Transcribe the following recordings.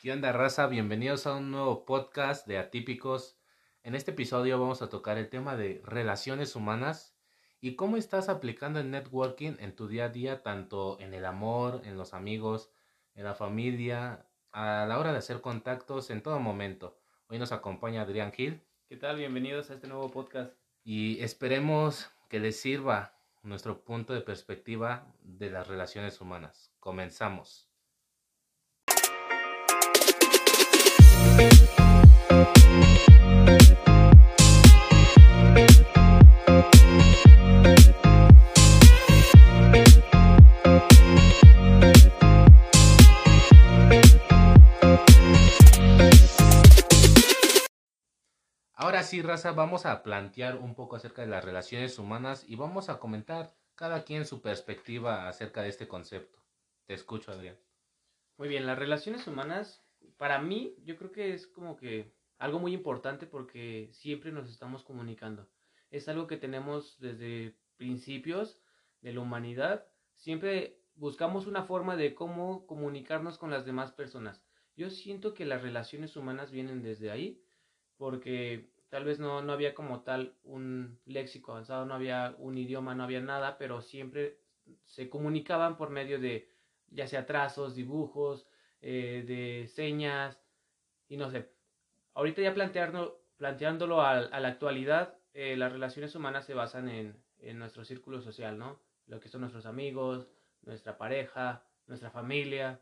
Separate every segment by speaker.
Speaker 1: ¿Qué onda, raza? Bienvenidos a un nuevo podcast de Atípicos. En este episodio vamos a tocar el tema de relaciones humanas y cómo estás aplicando el networking en tu día a día, tanto en el amor, en los amigos, en la familia, a la hora de hacer contactos, en todo momento. Hoy nos acompaña Adrián Gil
Speaker 2: ¿Qué tal? Bienvenidos a este nuevo podcast.
Speaker 1: y esperemos que les sirva nuestro punto de perspectiva de las relaciones humanas. Comenzamos. Ahora sí, raza, vamos a plantear un poco acerca de las relaciones humanas y vamos a comentar cada quien su perspectiva acerca de este concepto. Te escucho, Adrián.
Speaker 2: Muy bien, las relaciones humanas, para mí, yo creo que es como que algo muy importante porque siempre nos estamos comunicando. Es algo que tenemos desde principios de la humanidad. Siempre buscamos una forma de cómo comunicarnos con las demás personas. Yo siento que las relaciones humanas vienen desde ahí porque tal vez no había como tal un léxico avanzado, no había un idioma, no había nada, pero siempre se comunicaban por medio de ya sea trazos, dibujos, de señas y no sé. Ahorita ya planteándolo a la actualidad, las relaciones humanas se basan en nuestro círculo social, ¿no? Lo que son nuestros amigos, nuestra pareja, nuestra familia,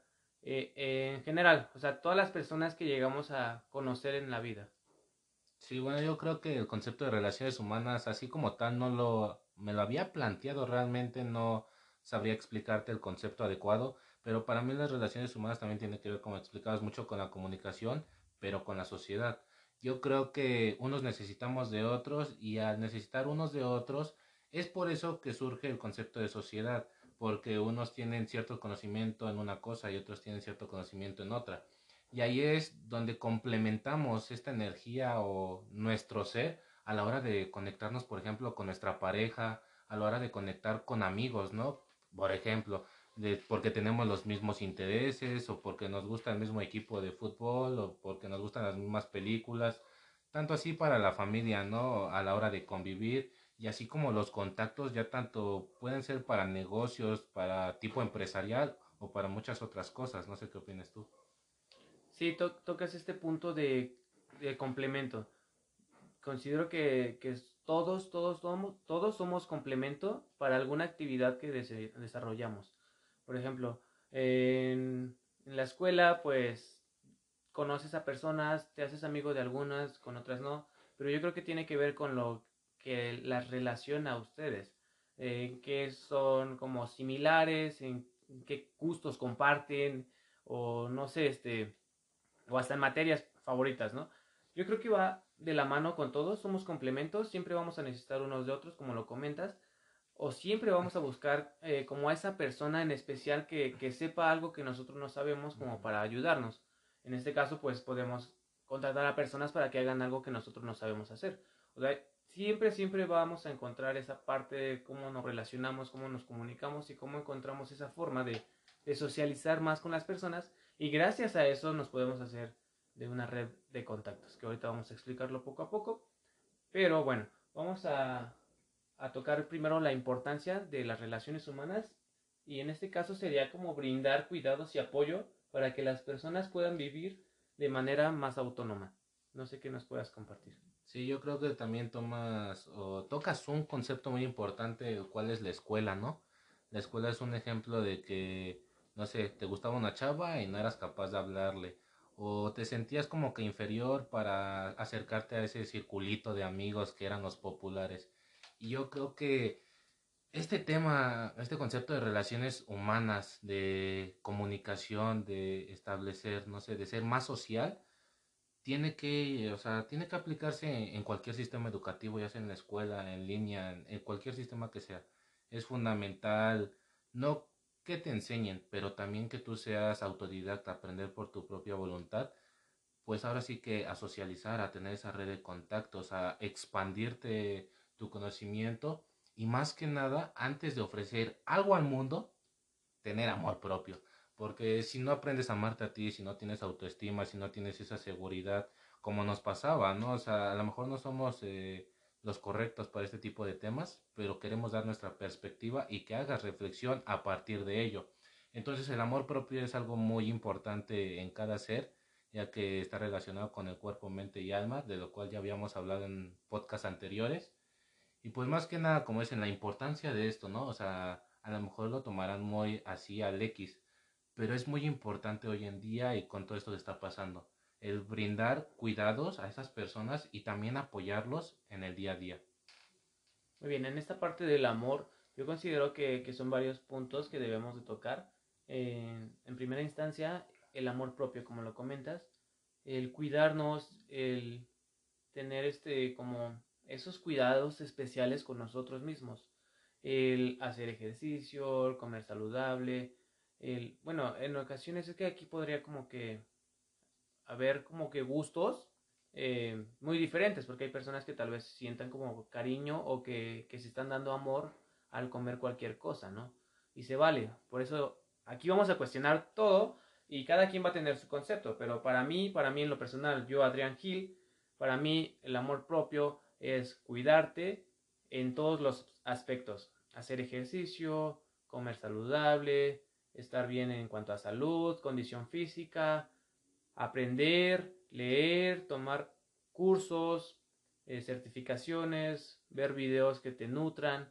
Speaker 2: en general, o sea, todas las personas que llegamos a conocer en la vida.
Speaker 1: Sí, bueno, yo creo que el concepto de relaciones humanas, así como tal, me lo había planteado realmente, no sabría explicarte el concepto adecuado, pero para mí las relaciones humanas también tienen que ver, como explicabas, mucho con la comunicación, pero con la sociedad. Yo creo que unos necesitamos de otros y al necesitar unos de otros, es por eso que surge el concepto de sociedad, porque unos tienen cierto conocimiento en una cosa y otros tienen cierto conocimiento en otra. Y ahí es donde complementamos esta energía o nuestro ser a la hora de conectarnos, por ejemplo, con nuestra pareja, a la hora de conectar con amigos, ¿no? Por ejemplo, porque tenemos los mismos intereses o porque nos gusta el mismo equipo de fútbol o porque nos gustan las mismas películas. Tanto así para la familia, ¿no? A la hora de convivir y así como los contactos ya tanto pueden ser para negocios, para tipo empresarial o para muchas otras cosas. No sé qué opinas tú.
Speaker 2: Sí, tocas este punto de complemento. Considero que todos somos complemento para alguna actividad que desarrollamos. Por ejemplo, en la escuela, pues conoces a personas, te haces amigo de algunas, con otras no, pero yo creo que tiene que ver con lo que las relaciona a ustedes, que son como similares, en qué gustos comparten, o no sé, o hasta en materias favoritas, ¿no? Yo creo que va de la mano con todos, somos complementos, siempre vamos a necesitar unos de otros, como lo comentas, o siempre vamos a buscar como a esa persona en especial que sepa algo que nosotros no sabemos como para ayudarnos. En este caso, pues podemos contratar a personas para que hagan algo que nosotros no sabemos hacer. O sea, siempre vamos a encontrar esa parte de cómo nos relacionamos, cómo nos comunicamos y cómo encontramos esa forma de socializar más con las personas y gracias a eso nos podemos hacer de una red de contactos, que ahorita vamos a explicarlo poco a poco. Pero bueno, vamos a tocar primero la importancia de las relaciones humanas y en este caso sería como brindar cuidados y apoyo para que las personas puedan vivir de manera más autónoma. No sé qué nos puedas compartir.
Speaker 1: Sí, yo creo que también tomas o tocas un concepto muy importante, el cual es la escuela, ¿no? La escuela es un ejemplo de que, no sé, te gustaba una chava y no eras capaz de hablarle, o te sentías como que inferior para acercarte a ese circulito de amigos que eran los populares. Y yo creo que este tema, este concepto de relaciones humanas, de comunicación, de establecer, no sé, de ser más social, o sea, tiene que aplicarse en cualquier sistema educativo, ya sea en la escuela, en línea, en cualquier sistema que sea. Es fundamental, no que te enseñen, pero también que tú seas autodidacta, aprender por tu propia voluntad, pues ahora sí que a socializar, a tener esa red de contactos, a expandirte tu conocimiento y más que nada, antes de ofrecer algo al mundo, tener amor propio. Porque si no aprendes a amarte a ti, si no tienes autoestima, si no tienes esa seguridad, como nos pasaba, ¿no? O sea, a lo mejor no somos los correctos para este tipo de temas, pero queremos dar nuestra perspectiva y que hagas reflexión a partir de ello. Entonces el amor propio es algo muy importante en cada ser, ya que está relacionado con el cuerpo, mente y alma, de lo cual ya habíamos hablado en podcasts anteriores. Y pues más que nada, como dicen, la importancia de esto, ¿no? O sea, a lo mejor lo tomarán muy así al X, pero es muy importante hoy en día y con todo esto que está pasando, el brindar cuidados a esas personas y también apoyarlos en el día a día.
Speaker 2: Muy bien, en esta parte del amor, yo considero que son varios puntos que debemos de tocar. En primera instancia, el amor propio, como lo comentas, el cuidarnos, el tener como esos cuidados especiales con nosotros mismos, el hacer ejercicio, el comer saludable, bueno, en ocasiones es que aquí podría como que haber como que gustos muy diferentes, porque hay personas que tal vez sientan como cariño o que se están dando amor al comer cualquier cosa, ¿no? Y se vale. Por eso aquí vamos a cuestionar todo y cada quien va a tener su concepto, pero para mí en lo personal, yo Adrián Gil, para mí el amor propio es cuidarte en todos los aspectos, hacer ejercicio, comer saludable, estar bien en cuanto a salud, condición física, aprender, leer, tomar cursos, certificaciones, ver videos que te nutran,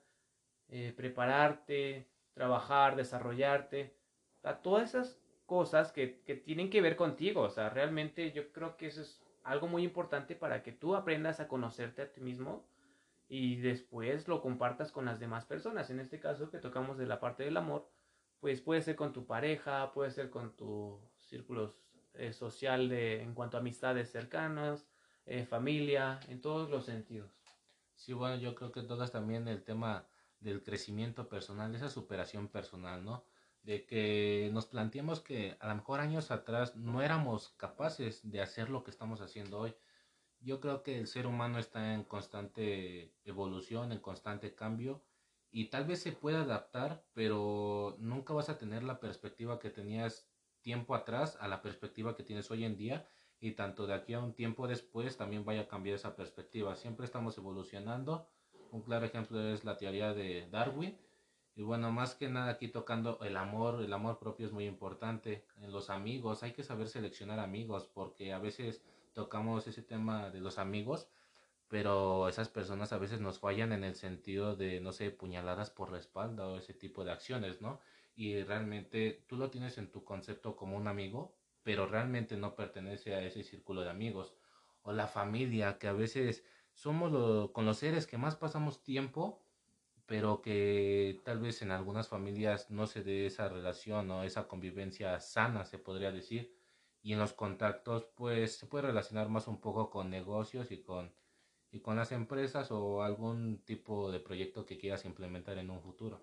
Speaker 2: prepararte, trabajar, desarrollarte, a todas esas cosas que tienen que ver contigo. O sea, realmente yo creo que eso es algo muy importante para que tú aprendas a conocerte a ti mismo y después lo compartas con las demás personas. En este caso que tocamos de la parte del amor, pues puede ser con tu pareja, puede ser con tu círculo social en cuanto a amistades cercanas, familia, en todos los sentidos.
Speaker 1: Sí, bueno, yo creo que tocas también el tema del crecimiento personal, esa superación personal, ¿no? De que nos planteemos que a lo mejor años atrás no éramos capaces de hacer lo que estamos haciendo hoy. Yo creo que el ser humano está en constante evolución, en constante cambio y tal vez se pueda adaptar, pero nunca vas a tener la perspectiva que tenías tiempo atrás a la perspectiva que tienes hoy en día y tanto de aquí a un tiempo después también vaya a cambiar esa perspectiva. Siempre estamos evolucionando. Un claro ejemplo es la teoría de Darwin. Y bueno, más que nada aquí tocando el amor propio es muy importante. En los amigos, hay que saber seleccionar amigos porque a veces tocamos ese tema de los amigos, pero esas personas a veces nos fallan en el sentido de, no sé, puñaladas por la espalda o ese tipo de acciones, ¿no? Y realmente tú lo tienes en tu concepto como un amigo, pero realmente no pertenece a ese círculo de amigos. O la familia, que a veces somos con los seres que más pasamos tiempo, pero que tal vez en algunas familias no se dé esa relación o esa convivencia sana, se podría decir. Y en los contactos, pues se puede relacionar más un poco con negocios y con las empresas o algún tipo de proyecto que quieras implementar en un futuro.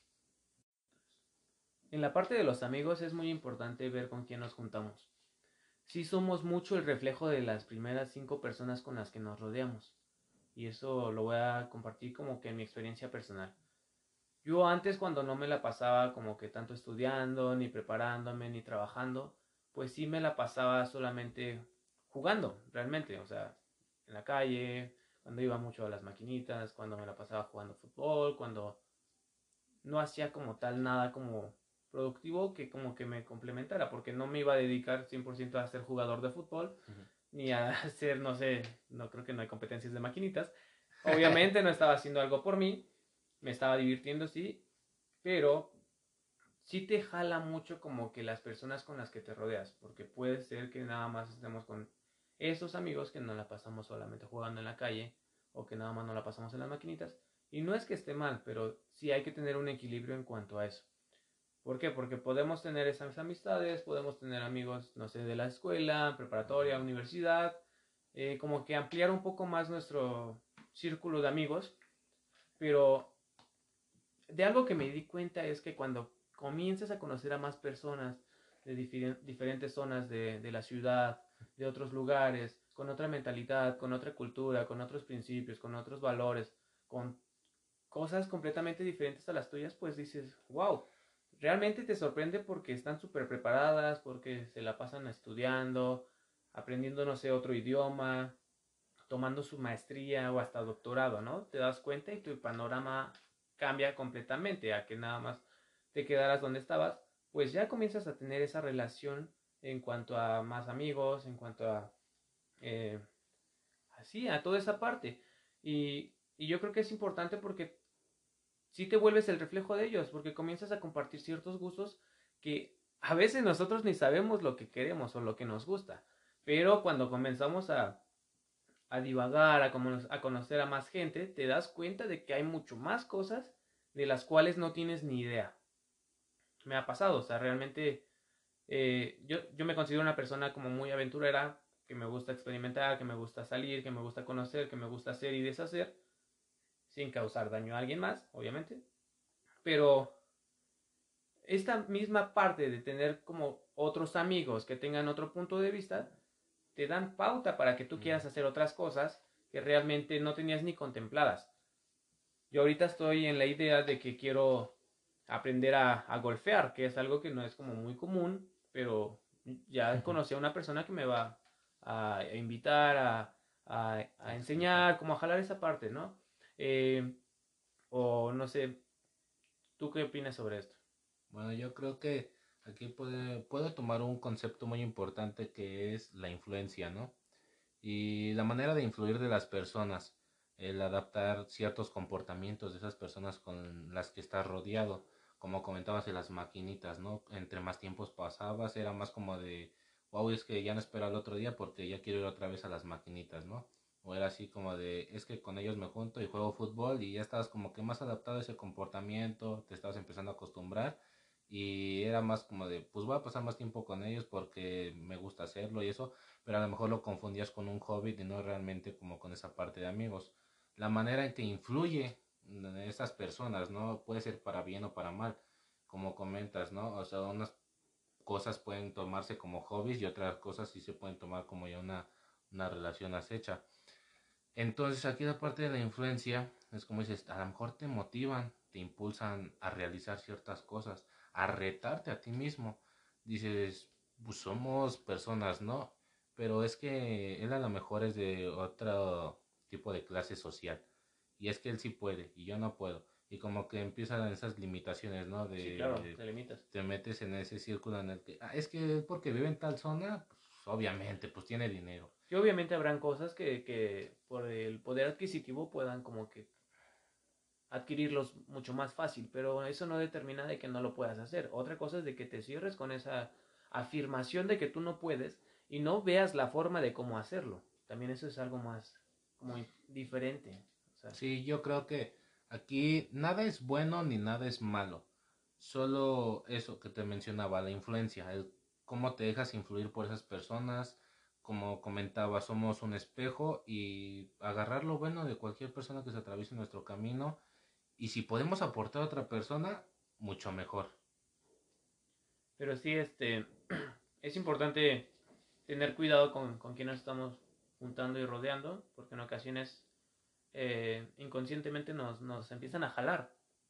Speaker 2: En la parte de los amigos es muy importante ver con quién nos juntamos. Sí somos mucho el reflejo de las primeras 5 personas con las que nos rodeamos. Y eso lo voy a compartir como que en mi experiencia personal. Yo antes cuando no me la pasaba como que tanto estudiando, ni preparándome, ni trabajando, pues sí me la pasaba solamente jugando, realmente. O sea, en la calle, cuando iba mucho a las maquinitas, cuando me la pasaba jugando fútbol, cuando no hacía como tal nada como productivo que como que me complementara, porque no me iba a dedicar 100% a ser jugador de fútbol,
Speaker 1: Ujú.
Speaker 2: ni a hacer, no sé, no creo que no hay competencias de maquinitas. Obviamente no estaba haciendo algo por mí, me estaba divirtiendo, sí, pero sí te jala mucho como que las personas con las que te rodeas, porque puede ser que nada más estemos con esos amigos que no la pasamos solamente jugando en la calle o que nada más no la pasamos en las maquinitas. Y no es que esté mal, pero sí hay que tener un equilibrio en cuanto a eso. ¿Por qué? Porque podemos tener esas amistades, podemos tener amigos, no sé, de la escuela, preparatoria, universidad, como que ampliar un poco más nuestro círculo de amigos, pero de algo que me di cuenta es que cuando comienzas a conocer a más personas de diferentes zonas de la ciudad, de otros lugares, con otra mentalidad, con otra cultura, con otros principios, con otros valores, con cosas completamente diferentes a las tuyas, pues dices, wow, realmente te sorprende porque están súper preparadas, porque se la pasan estudiando, aprendiendo, no sé, otro idioma, tomando su maestría o hasta doctorado, ¿no? Te das cuenta y tu panorama cambia completamente a que nada más te quedaras donde estabas, pues ya comienzas a tener esa relación en cuanto a más amigos, en cuanto a eh, así, a toda esa parte. Y yo creo que es importante porque si te vuelves el reflejo de ellos, porque comienzas a compartir ciertos gustos que a veces nosotros ni sabemos lo que queremos o lo que nos gusta. Pero cuando comenzamos a divagar, a conocer a más gente, te das cuenta de que hay mucho más cosas de las cuales no tienes ni idea. Me ha pasado, o sea, realmente yo me considero una persona como muy aventurera, que me gusta experimentar, que me gusta salir, que me gusta conocer, que me gusta hacer y deshacer, sin causar daño a alguien más, obviamente. Pero esta misma parte de tener como otros amigos que tengan otro punto de vista, te dan pauta para que tú quieras hacer otras cosas que realmente no tenías ni contempladas. Yo ahorita estoy en la idea de que quiero aprender a golfear, que es algo que no es como muy común, pero ya conocí a una persona que me va a invitar a enseñar, como a jalar esa parte, ¿no? Eh, o no sé, ¿tú qué opinas sobre esto?
Speaker 1: Bueno, yo creo que aquí puedo tomar un concepto muy importante que es la influencia, ¿no? Y la manera de influir de las personas, el adaptar ciertos comportamientos de esas personas con las que estás rodeado, como comentabas de las maquinitas, ¿no? Entre más tiempos pasabas, era más como de, wow, es que ya no espero al otro día porque ya quiero ir otra vez a las maquinitas, ¿no? O era así como de, es que con ellos me junto y juego fútbol y ya estabas como que más adaptado a ese comportamiento, te estabas empezando a acostumbrar y era más como de, pues voy a pasar más tiempo con ellos porque me gusta hacerlo y eso, pero a lo mejor lo confundías con un hobby y no realmente como con esa parte de amigos. La manera en que influye en esas personas, ¿no? Puede ser para bien o para mal, como comentas, ¿no? O sea, unas cosas pueden tomarse como hobbies y otras cosas sí se pueden tomar como ya una relación acecha. Entonces aquí la parte de la influencia es como dices, a lo mejor te motivan, te impulsan a realizar ciertas cosas, a retarte a ti mismo. Dices, pues somos personas, ¿no? Pero es que él a lo mejor es de otro tipo de clase social. Y es que él sí puede y yo no puedo. Y como que empiezan esas limitaciones, ¿no?
Speaker 2: Sí, claro,
Speaker 1: De
Speaker 2: te limitas.
Speaker 1: te metes en ese círculo en el que, es que porque vive en tal zona, pues obviamente, pues tiene dinero.
Speaker 2: Sí, obviamente habrán cosas que por el poder adquisitivo puedan como que adquirirlos mucho más fácil, pero eso no determina de que no lo puedas hacer. Otra cosa es de que te cierres con esa afirmación de que tú no puedes y no veas la forma de cómo hacerlo. También eso es algo más como diferente. O sea,
Speaker 1: Sí, yo creo que aquí nada es bueno ni nada es malo. Solo eso que te mencionaba, la influencia, el cómo te dejas influir por esas personas. Como comentaba, somos un espejo y agarrar lo bueno de cualquier persona que se atraviese en nuestro camino. Y si podemos aportar a otra persona, mucho mejor.
Speaker 2: pero sí, es importante tener cuidado con quién nos estamos juntando y rodeando, porque en ocasiones inconscientemente nos empiezan a jalar.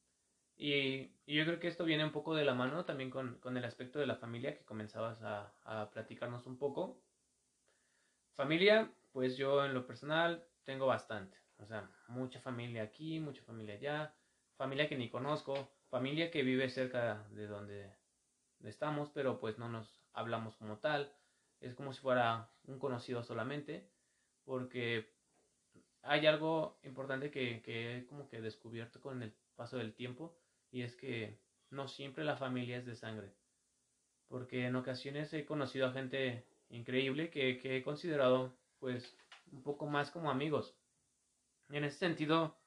Speaker 2: Y yo creo que esto viene un poco de la mano también con el aspecto de la familia que comenzabas a platicarnos un poco. Familia, pues yo en lo personal tengo bastante. O sea, mucha familia aquí, mucha familia allá, familia que ni conozco, familia que vive cerca de donde estamos, pero pues no nos hablamos como tal. Es como si fuera un conocido solamente, porque hay algo importante que he como que descubierto con el paso del tiempo y es que no siempre la familia es de sangre, porque en ocasiones he conocido a gente increíble que he considerado pues un poco más como amigos. En ese sentido,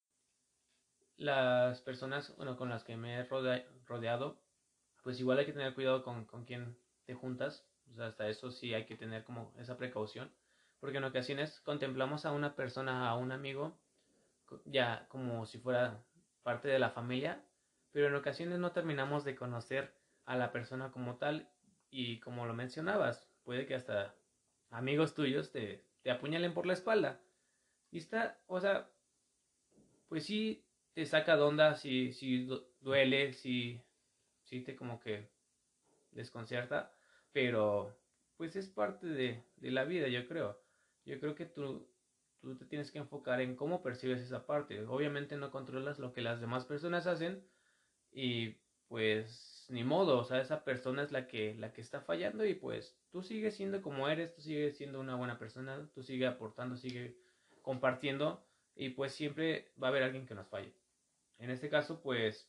Speaker 2: las personas bueno, con las que me he rodeado, pues igual hay que tener cuidado con quién te juntas, o sea, hasta eso sí hay que tener como esa precaución, porque en ocasiones contemplamos a una persona, a un amigo, ya como si fuera parte de la familia, pero en ocasiones no terminamos de conocer a la persona como tal y como lo mencionabas, puede que hasta amigos tuyos te apuñalen por la espalda. Y está, o sea, pues sí te saca de onda, si duele, si sí te como que desconcierta, pero pues es parte de la vida, yo creo. Yo creo que tú te tienes que enfocar en cómo percibes esa parte. Obviamente no controlas lo que las demás personas hacen y pues ni modo, o sea, esa persona es la que está fallando y pues tú sigues siendo como eres, tú sigues siendo una buena persona, tú sigues aportando, sigues compartiendo y pues siempre va a haber alguien que nos falle. En este caso, pues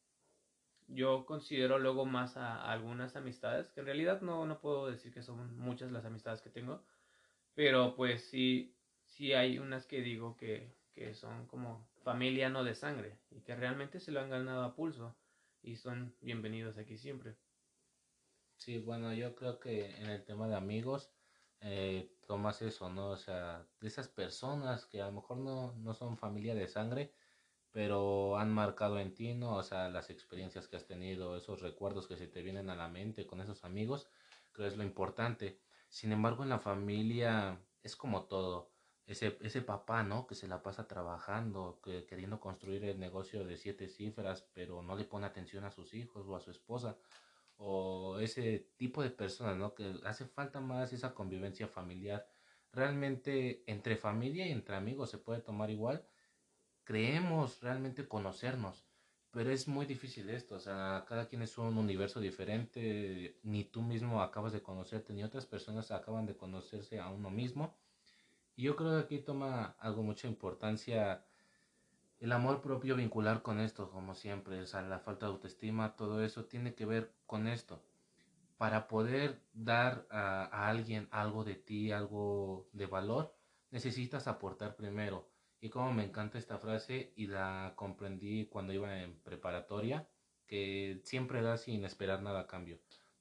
Speaker 2: yo considero luego más a algunas amistades, que en realidad no puedo decir que son muchas las amistades que tengo, pero pues sí, sí hay unas que digo que son como familia no de sangre y que realmente se lo han ganado a pulso y son bienvenidos aquí siempre.
Speaker 1: Sí, bueno, yo creo que en el tema de amigos, tomas eso, ¿no? O sea, de esas personas que a lo mejor no son familia de sangre, pero han marcado en ti, ¿no? O sea, las experiencias que has tenido, esos recuerdos que se te vienen a la mente con esos amigos, creo es lo importante. Sin embargo, en la familia es como todo. Ese papá, ¿no? Que se la pasa trabajando, que queriendo construir el negocio de 7 cifras, pero no le pone atención a sus hijos o a su esposa. O ese tipo de personas, ¿no? Que hace falta más esa convivencia familiar. Realmente entre familia y entre amigos se puede tomar igual, creemos realmente conocernos, pero es muy difícil esto, o sea, cada quien es un universo diferente, ni tú mismo acabas de conocerte, ni otras personas acaban de conocerse a uno mismo. Y yo creo que aquí toma algo mucha importancia el amor propio vincular con esto, como siempre, o sea, la falta de autoestima, todo eso tiene que ver con esto. Para poder dar a alguien algo de ti, algo de valor, necesitas aportar primero. Y como me encanta esta frase y la comprendí cuando iba en preparatoria, que siempre da sin esperar nada a cambio.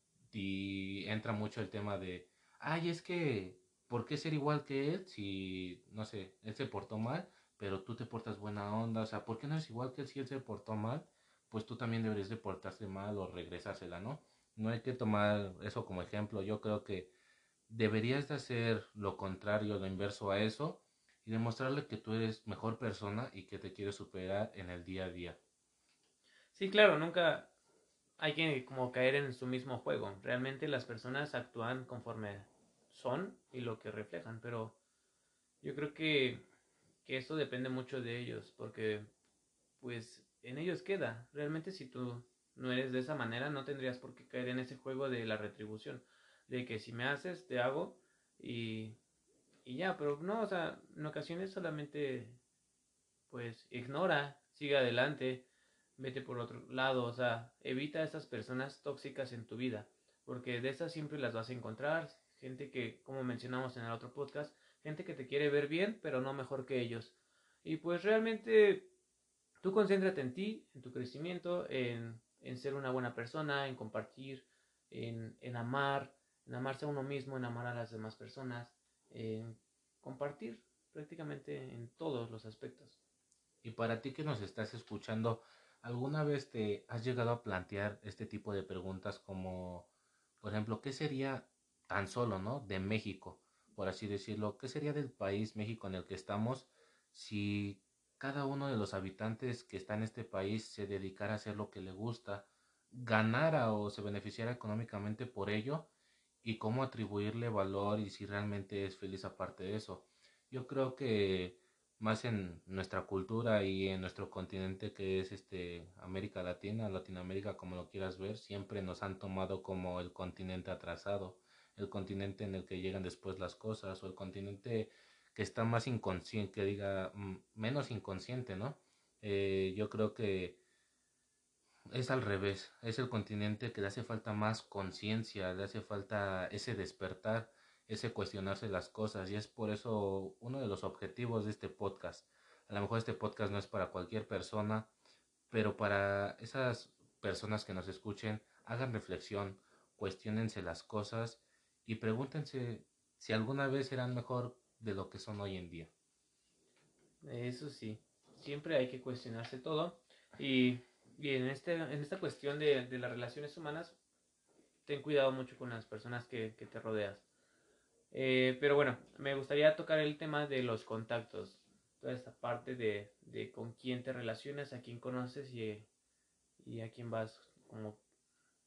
Speaker 1: Y entra mucho el tema de, ay, es que, ¿por qué ser igual que él si, no sé, él se portó mal, pero tú te portas buena onda? O sea, ¿por qué no es igual que él si él se portó mal? Pues tú también deberías de portarse mal o regresársela, ¿no? No hay que tomar eso como ejemplo. Yo creo que deberías de hacer lo contrario, lo inverso a eso y demostrarle que tú eres mejor persona y que te quieres superar en el día a día.
Speaker 2: Sí, claro, nunca hay que como caer en su mismo juego. Realmente las personas actúan conforme son y lo que reflejan, pero yo creo que eso depende mucho de ellos, porque pues en ellos queda. Realmente si tú no eres de esa manera, no tendrías por qué caer en ese juego de la retribución, de que si me haces, te hago y, y ya, pero no, o sea, en ocasiones solamente pues ignora, sigue adelante, vete por otro lado, o sea, evita a esas personas tóxicas en tu vida, porque de esas siempre las vas a encontrar, gente que, como mencionamos en el otro podcast, gente que te quiere ver bien, pero no mejor que ellos. Y pues realmente tú concéntrate en ti, en tu crecimiento, en ser una buena persona, en compartir, en amar, en amarse a uno mismo, en amar a las demás personas, en compartir prácticamente en todos los aspectos.
Speaker 1: Y para ti que nos estás escuchando, ¿alguna vez te has llegado a plantear este tipo de preguntas como, por ejemplo, qué sería tan solo, ¿no? De México, por así decirlo, ¿qué sería del país México en el que estamos si cada uno de los habitantes que está en este país se dedicara a hacer lo que le gusta, ganara o se beneficiara económicamente por ello y cómo atribuirle valor y si realmente es feliz aparte de eso? Yo creo que más en nuestra cultura y en nuestro continente que es América Latina, Latinoamérica como lo quieras ver, siempre nos han tomado como el continente atrasado, el continente en el que llegan después las cosas o el continente que está más inconsciente, que diga menos inconsciente, ¿no? Yo creo que es al revés, es el continente que le hace falta más conciencia, le hace falta ese despertar, ese cuestionarse las cosas y es por eso uno de los objetivos de este podcast. A lo mejor este podcast no es para cualquier persona, pero para esas personas que nos escuchen, hagan reflexión, cuestionense las cosas y pregúntense si alguna vez eran mejor de lo que son hoy en día.
Speaker 2: Eso sí, siempre hay que cuestionarse todo y, y en esta cuestión de las relaciones humanas, ten cuidado mucho con las personas que te rodeas. Pero bueno, me gustaría tocar el tema de los contactos, toda esta parte de con quién te relacionas, a quién conoces y a quién vas como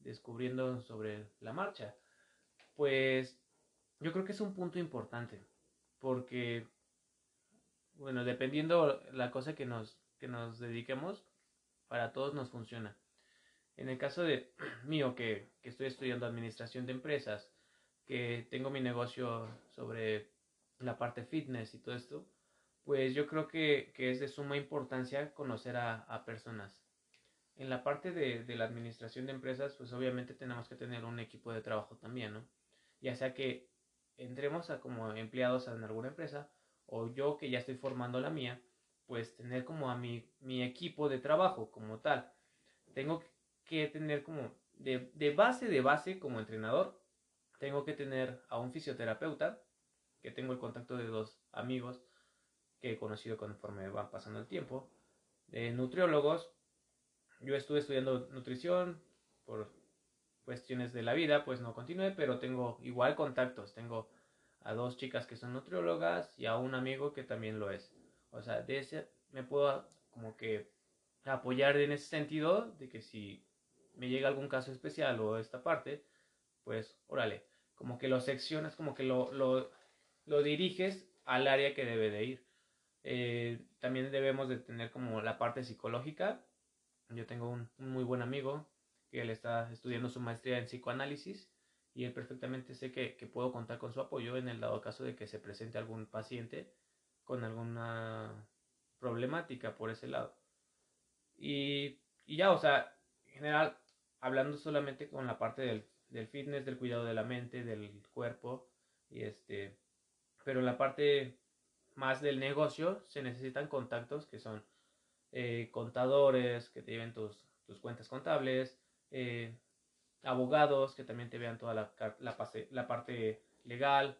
Speaker 2: descubriendo sobre la marcha. Pues yo creo que es un punto importante, porque, bueno, dependiendo la cosa que nos dediquemos, para todos nos funciona. En el caso de mío, que estoy estudiando administración de empresas, que tengo mi negocio sobre la parte fitness y todo esto, pues yo creo que es de suma importancia conocer a personas. En la parte de la administración de empresas, pues obviamente tenemos que tener un equipo de trabajo también, ¿no? Ya sea que entremos a como empleados en alguna empresa, o yo que ya estoy formando la mía, pues tener como a mi equipo de trabajo como tal. Tengo que tener como de base como entrenador, tengo que tener a un fisioterapeuta, que tengo el contacto de dos amigos que he conocido conforme va pasando el tiempo, de nutriólogos. Yo estuve estudiando nutrición por cuestiones de la vida, pues no continué, pero tengo igual contactos. Tengo a dos chicas que son nutriólogas y a un amigo que también lo es. O sea, de ese me puedo como que apoyar en ese sentido de que si me llega algún caso especial o esta parte, pues órale, como que lo seccionas, como que lo diriges al área que debe de ir. También debemos de tener como la parte psicológica. Yo tengo un muy buen amigo que él está estudiando su maestría en psicoanálisis y él perfectamente sé que puedo contar con su apoyo en el dado caso de que se presente algún paciente con alguna problemática por ese lado. Y ya, o sea, en general, hablando solamente con la parte del fitness, del cuidado de la mente, del cuerpo, y pero en la parte más del negocio se necesitan contactos que son contadores que te lleven tus cuentas contables, eh, abogados que también te vean toda la parte legal,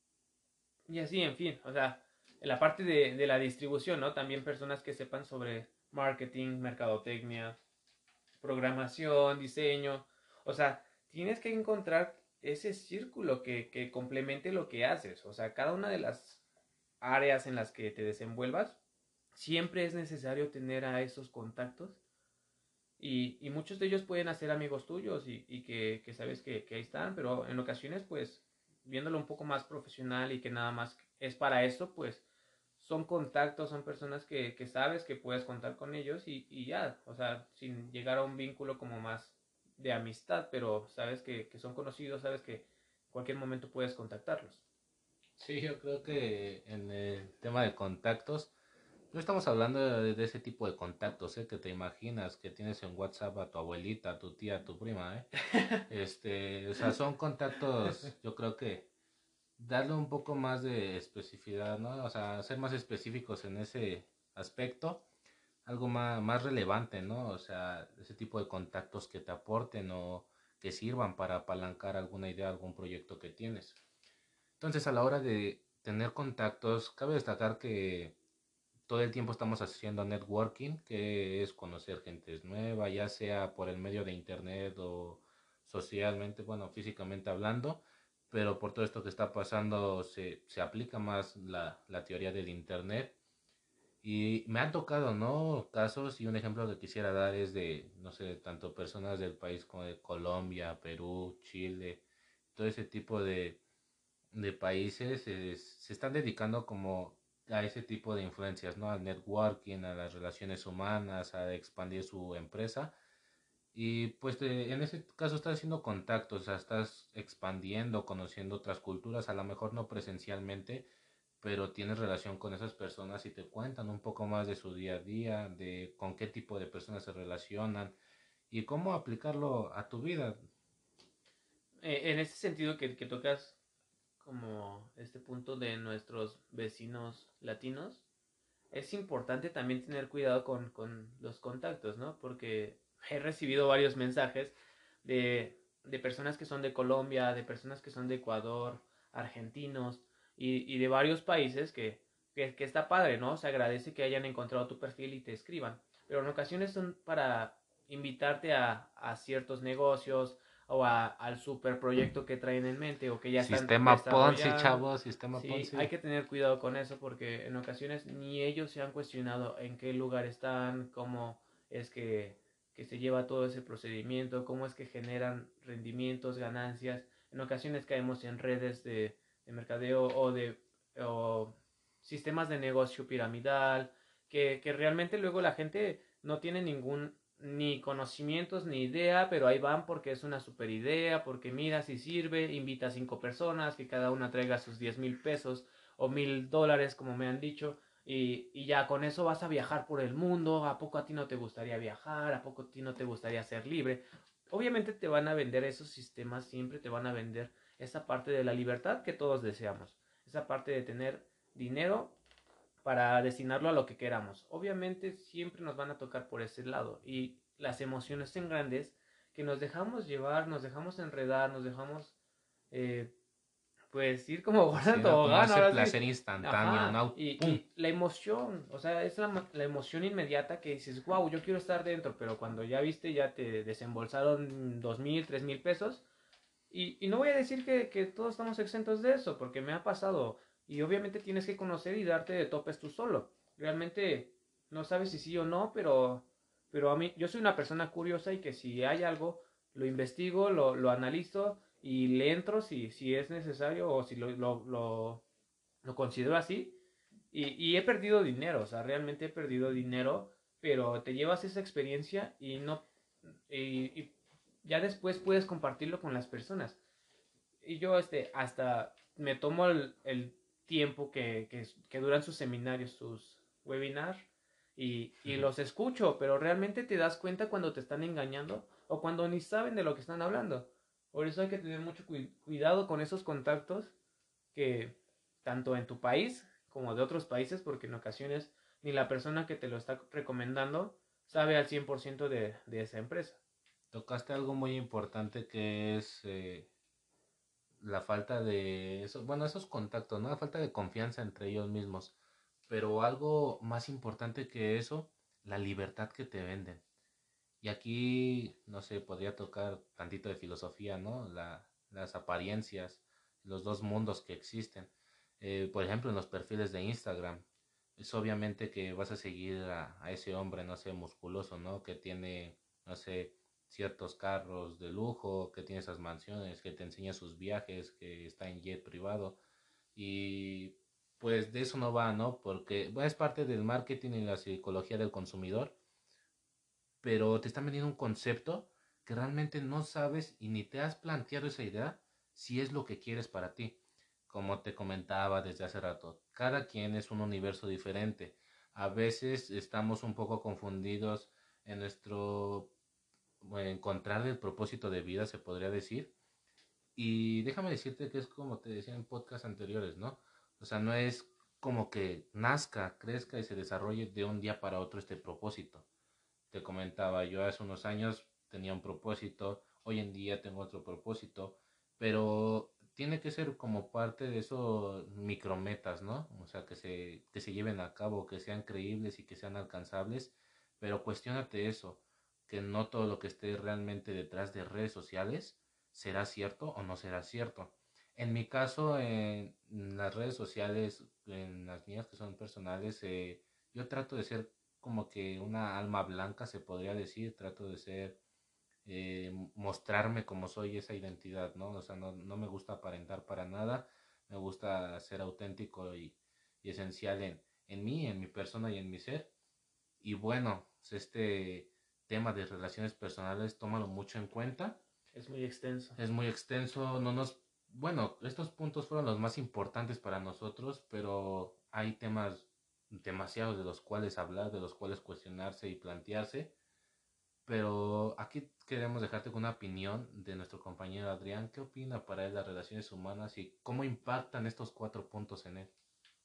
Speaker 2: y así, en fin, o sea, en la parte de la distribución, ¿no? También personas que sepan sobre marketing, mercadotecnia, programación, diseño, o sea, tienes que encontrar ese círculo que complemente lo que haces, o sea, cada una de las áreas en las que te desenvuelvas, siempre es necesario tener a esos contactos y muchos de ellos pueden hacer amigos tuyos y que sabes que ahí están, pero en ocasiones pues viéndolo un poco más profesional y que nada más es para eso, pues son contactos, son personas que sabes que puedes contar con ellos y ya, o sea, sin llegar a un vínculo como más de amistad, pero sabes que son conocidos, sabes que en cualquier momento puedes contactarlos.
Speaker 1: Sí, yo creo que en el tema de contactos, no estamos hablando de ese tipo de contactos, ¿eh? Que te imaginas que tienes en WhatsApp a tu abuelita, a tu tía, a tu prima, ¿eh? O sea, son contactos, yo creo que darle un poco más de especificidad, ¿no? O sea, ser más específicos en ese aspecto, algo más relevante, ¿no? O sea, ese tipo de contactos que te aporten o que sirvan para apalancar alguna idea, algún proyecto que tienes. Entonces, a la hora de tener contactos, cabe destacar que todo el tiempo estamos haciendo networking, que es conocer gente nueva, ya sea por el medio de internet o socialmente, bueno, físicamente hablando, pero por todo esto que está pasando se aplica más la teoría del internet. Y me han tocado, ¿no? Casos y un ejemplo que quisiera dar es de, no sé, tanto personas del país como de Colombia, Perú, Chile, todo ese tipo de países se están dedicando como a ese tipo de influencias, ¿no? Al networking, a las relaciones humanas, a expandir su empresa. Y pues en ese caso estás haciendo contactos, o sea, estás expandiendo, conociendo otras culturas, a lo mejor no presencialmente, pero tienes relación con esas personas y te cuentan un poco más de su día a día, de con qué tipo de personas se relacionan y cómo aplicarlo a tu vida.
Speaker 2: En ese sentido que tocas como este punto de nuestros vecinos latinos, es importante también tener cuidado con los contactos, ¿no? Porque he recibido varios mensajes de personas que son de Colombia, de personas que son de Ecuador, argentinos y de varios países que está padre, ¿no? Se agradece que hayan encontrado tu perfil y te escriban. Pero en ocasiones son para invitarte a ciertos negocios o al super proyecto que traen en mente o que ya están
Speaker 1: Sistema Ponzi,
Speaker 2: desarrollando.
Speaker 1: chavos, sistema
Speaker 2: Sí,
Speaker 1: Ponzi.
Speaker 2: hay que tener cuidado con eso porque en ocasiones ni ellos se han cuestionado en qué lugar están, cómo es que se lleva todo ese procedimiento, cómo es que generan rendimientos, ganancias. En ocasiones caemos en redes de mercadeo o sistemas de negocio piramidal, que realmente luego la gente no tiene ni conocimientos ni idea, pero ahí van porque es una super idea, porque mira si sirve, invita a 5 personas, que cada una traiga sus 10,000 pesos o $1,000, como me han dicho, y ya con eso vas a viajar por el mundo. ¿A poco a ti no te gustaría viajar? ¿A poco a ti no te gustaría ser libre? Obviamente te van a vender esos sistemas, siempre te van a vender esa parte de la libertad que todos deseamos, esa parte de tener dinero para destinarlo a lo que queramos. Obviamente siempre nos van a tocar por ese lado y las emociones tan grandes que nos dejamos llevar, nos dejamos enredar, nos dejamos eh, pues ir como gorda
Speaker 1: Sí,
Speaker 2: en
Speaker 1: ¿no? Como
Speaker 2: tobogán,
Speaker 1: ese
Speaker 2: ahora sí.
Speaker 1: placer instantáneo,
Speaker 2: Ajá,
Speaker 1: ¿no? ¡Pum!
Speaker 2: y la emoción, o sea, es la emoción inmediata que dices, wow, yo quiero estar dentro, pero cuando ya viste, ya te desembolsaron 2,000, 3,000 pesos. Y no voy a decir que todos estamos exentos de eso, porque me ha pasado. Y obviamente tienes que conocer y darte de topes tú solo. Realmente no sabes si sí o no, pero a mí, yo soy una persona curiosa y que si hay algo, lo investigo, lo analizo y le entro si es necesario o si lo considero así. Y he perdido dinero, o sea, realmente he perdido dinero, pero te llevas esa experiencia y no, y ya después puedes compartirlo con las personas. Y yo hasta me tomo el tiempo que duran sus seminarios, sus webinars, y los escucho, pero realmente te das cuenta cuando te están engañando o cuando ni saben de lo que están hablando. Por eso hay que tener mucho cuidado con esos contactos que tanto en tu país como de otros países, porque en ocasiones ni la persona que te lo está recomendando sabe al 100% de esa empresa.
Speaker 1: Tocaste algo muy importante que es la falta de eso, bueno, esos contactos, ¿no? La falta de confianza entre ellos mismos. Pero algo más importante que eso, la libertad que te venden. Y aquí, no sé, podría tocar tantito de filosofía, ¿no? Las apariencias, los dos mundos que existen. Por ejemplo, en los perfiles de Instagram, es obviamente que vas a seguir a ese hombre, no sé, musculoso, ¿no? Que tiene, no sé, ciertos carros de lujo, que tiene esas mansiones, que te enseña sus viajes, que está en jet privado. Y pues de eso no va, ¿no? Porque bueno, es parte del marketing y la psicología del consumidor, pero te están vendiendo un concepto que realmente no sabes y ni te has planteado esa idea si es lo que quieres para ti. Como te comentaba desde hace rato, cada quien es un universo diferente. A veces estamos un poco confundidos en nuestro encontrar el propósito de vida, se podría decir. Y déjame decirte que es como te decía en podcasts anteriores, ¿no? O sea, no es como que nazca, crezca y se desarrolle de un día para otro este propósito. Te comentaba, yo hace unos años tenía un propósito, hoy en día tengo otro propósito, pero tiene que ser como parte de esos micrometas, ¿no? O sea, que se lleven a cabo, que sean creíbles y que sean alcanzables, pero cuestiónate eso, que no todo lo que esté realmente detrás de redes sociales será cierto o no será cierto. En mi caso, en las redes sociales, en las mías que son personales, yo trato de ser como que una alma blanca, se podría decir, trato de ser, mostrarme como soy esa identidad, ¿no? O sea, no me gusta aparentar para nada, me gusta ser auténtico y esencial en mí, en mi persona y en mi ser. Y bueno, pues, este tema de relaciones personales, tómalo mucho en cuenta.
Speaker 2: Es muy extenso.
Speaker 1: Es muy extenso, no nos... Bueno, estos puntos fueron los más importantes para nosotros, pero hay temas demasiados de los cuales hablar, de los cuales cuestionarse y plantearse. Pero aquí queremos dejarte con una opinión de nuestro compañero Adrián. ¿Qué opina para él las relaciones humanas y cómo impactan estos 4 puntos en él?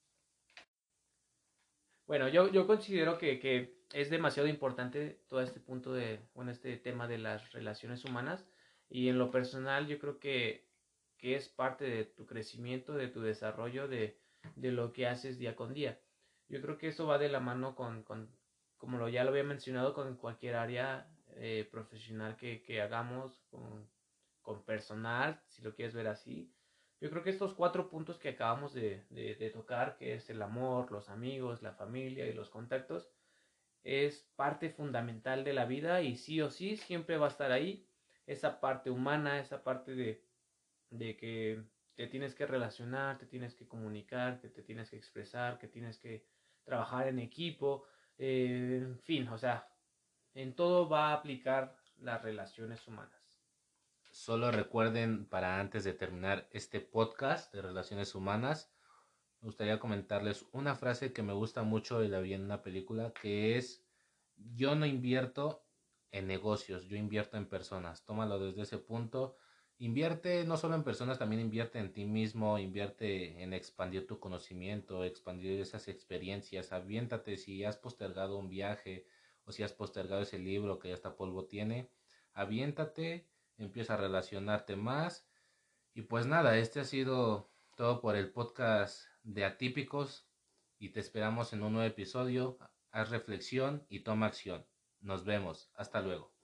Speaker 2: Bueno, yo considero que es demasiado importante todo este punto bueno, este tema de las relaciones humanas y en lo personal yo creo que es parte de tu crecimiento, de tu desarrollo, de lo que haces día con día. Yo creo que eso va de la mano como ya lo había mencionado, con cualquier área profesional que hagamos, con personal, si lo quieres ver así. Yo creo que estos 4 puntos que acabamos de tocar, que es el amor, los amigos, la familia y los contactos, es parte fundamental de la vida y sí o sí siempre va a estar ahí esa parte humana, esa parte de que te tienes que relacionar, te tienes que comunicar, que te tienes que expresar, que tienes que trabajar en equipo, en fin, o sea, en todo va a aplicar las relaciones humanas.
Speaker 1: Solo recuerden, para antes de terminar este podcast de relaciones humanas, me gustaría comentarles una frase que me gusta mucho y la vi en una película, que es: yo no invierto en negocios, yo invierto en personas. Tómalo desde ese punto. Invierte no solo en personas, también invierte en ti mismo, invierte en expandir tu conocimiento, expandir esas experiencias. Aviéntate si has postergado un viaje o si has postergado ese libro que ya hasta polvo tiene. Aviéntate, empieza a relacionarte más. Y pues nada, este ha sido todo por el podcast de Atípicos y te esperamos en un nuevo episodio. Haz reflexión y toma acción. Nos vemos. Hasta luego.